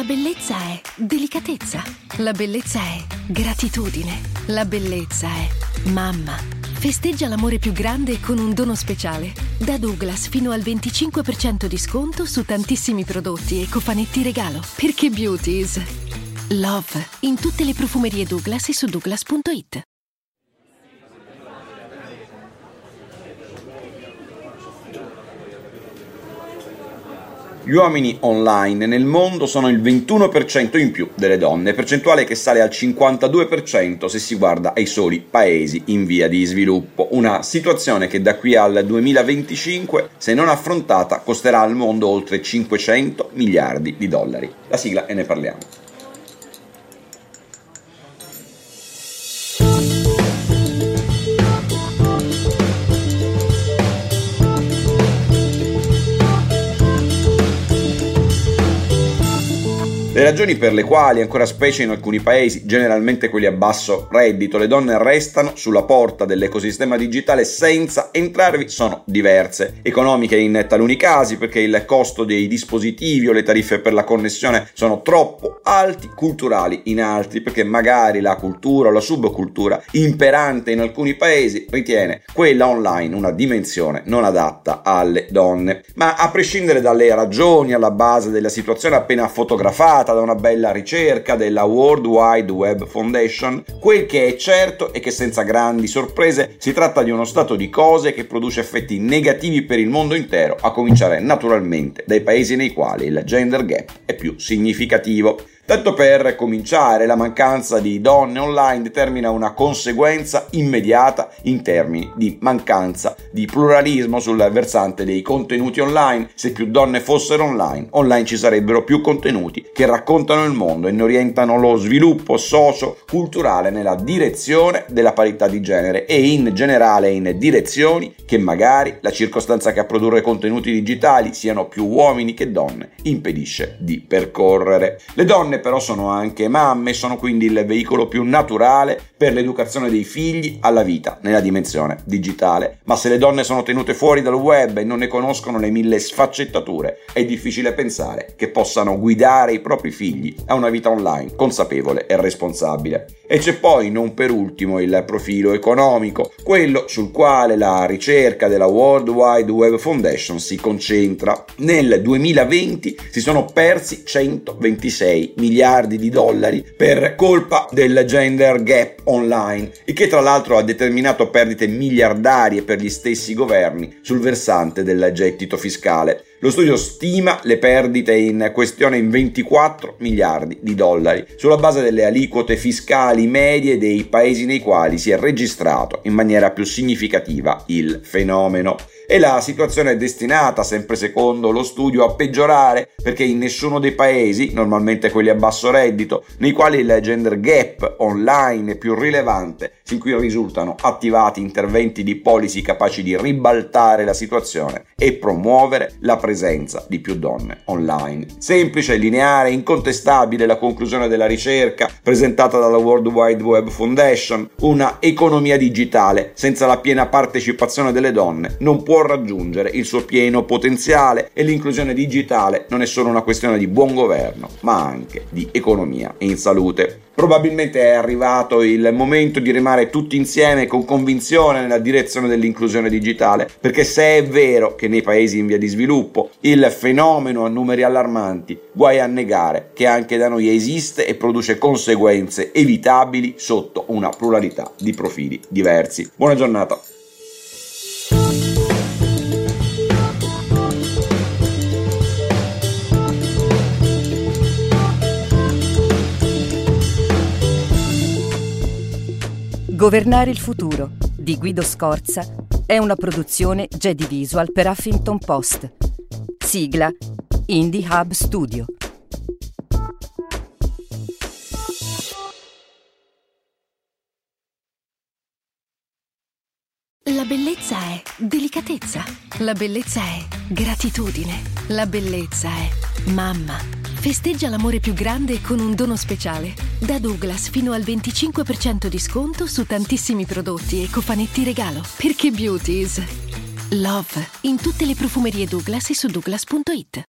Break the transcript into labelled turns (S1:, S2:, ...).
S1: bellezza è delicatezza. La bellezza è gratitudine. La bellezza è mamma. Festeggia l'amore più grande con un dono speciale. Da Douglas fino al 25% di sconto su tantissimi prodotti e cofanetti regalo. Perché beauty is love. In tutte le profumerie Douglas e su douglas.it.
S2: Gli uomini online nel mondo sono il 21% in più delle donne, percentuale che sale al 52% se si guarda ai soli paesi in via di sviluppo. Una situazione che da qui al 2025, se non affrontata, costerà al mondo oltre 500 miliardi di dollari. La sigla e ne parliamo. Le ragioni per le quali, ancora specie in alcuni paesi, generalmente quelli a basso reddito, le donne restano sulla porta dell'ecosistema digitale senza entrarvi sono diverse. Economiche in taluni casi, perché il costo dei dispositivi o le tariffe per la connessione sono troppo alti, culturali in altri, perché magari la cultura o la subcultura imperante in alcuni paesi ritiene quella online una dimensione non adatta alle donne. Ma a prescindere dalle ragioni alla base della situazione appena fotografata da una bella ricerca della World Wide Web Foundation, quel che è certo è che senza grandi sorprese si tratta di uno stato di cose che produce effetti negativi per il mondo intero, a cominciare naturalmente dai paesi nei quali il gender gap è più significativo. Tanto per cominciare, la mancanza di donne online determina una conseguenza immediata in termini di mancanza di pluralismo sul versante dei contenuti online. Se più donne fossero online ci sarebbero più contenuti che raccontano il mondo e ne orientano lo sviluppo socio-culturale nella direzione della parità di genere e in generale in direzioni che magari la circostanza che a produrre contenuti digitali siano più uomini che donne impedisce di percorrere. Le donne però sono anche mamme, sono quindi il veicolo più naturale per l'educazione dei figli alla vita nella dimensione digitale. Ma se le donne sono tenute fuori dal web e non ne conoscono le 1000 sfaccettature, è difficile pensare che possano guidare i propri figli a una vita online consapevole e responsabile. E c'è poi, non per ultimo, il profilo economico, quello sul quale la ricerca della World Wide Web Foundation si concentra. Nel 2020 si sono persi 126 miliardi di dollari per colpa del gender gap online, il che tra l'altro ha determinato perdite miliardarie per gli stessi governi sul versante del gettito fiscale. Lo studio stima le perdite in questione in 24 miliardi di dollari sulla base delle aliquote fiscali medie dei paesi nei quali si è registrato in maniera più significativa il fenomeno. E la situazione è destinata, sempre secondo lo studio, a peggiorare, perché in nessuno dei paesi, normalmente quelli a basso reddito, nei quali il gender gap online è più rilevante, sin qui risultano attivati interventi di policy capaci di ribaltare la situazione e promuovere la presenza di più donne online. Semplice, lineare, incontestabile la conclusione della ricerca presentata dalla World Wide Web Foundation: una economia digitale senza la piena partecipazione delle donne non può raggiungere il suo pieno potenziale, e l'inclusione digitale non è solo una questione di buon governo, ma anche di economia e in salute. Probabilmente è arrivato il momento di remare tutti insieme con convinzione nella direzione dell'inclusione digitale, perché se è vero che nei paesi in via di sviluppo il fenomeno ha numeri allarmanti, guai a negare che anche da noi esiste e produce conseguenze evitabili sotto una pluralità di profili diversi. Buona giornata.
S3: Governare il futuro di Guido Scorza è una produzione Jedi Visual per Huffington Post. Sigla Indie Hub Studio.
S1: La bellezza è delicatezza. La bellezza è gratitudine. La bellezza è mamma. Festeggia l'amore più grande con un dono speciale. Da Douglas fino al 25% di sconto su tantissimi prodotti e cofanetti regalo. Perché beauty is love. In tutte le profumerie Douglas e su douglas.it.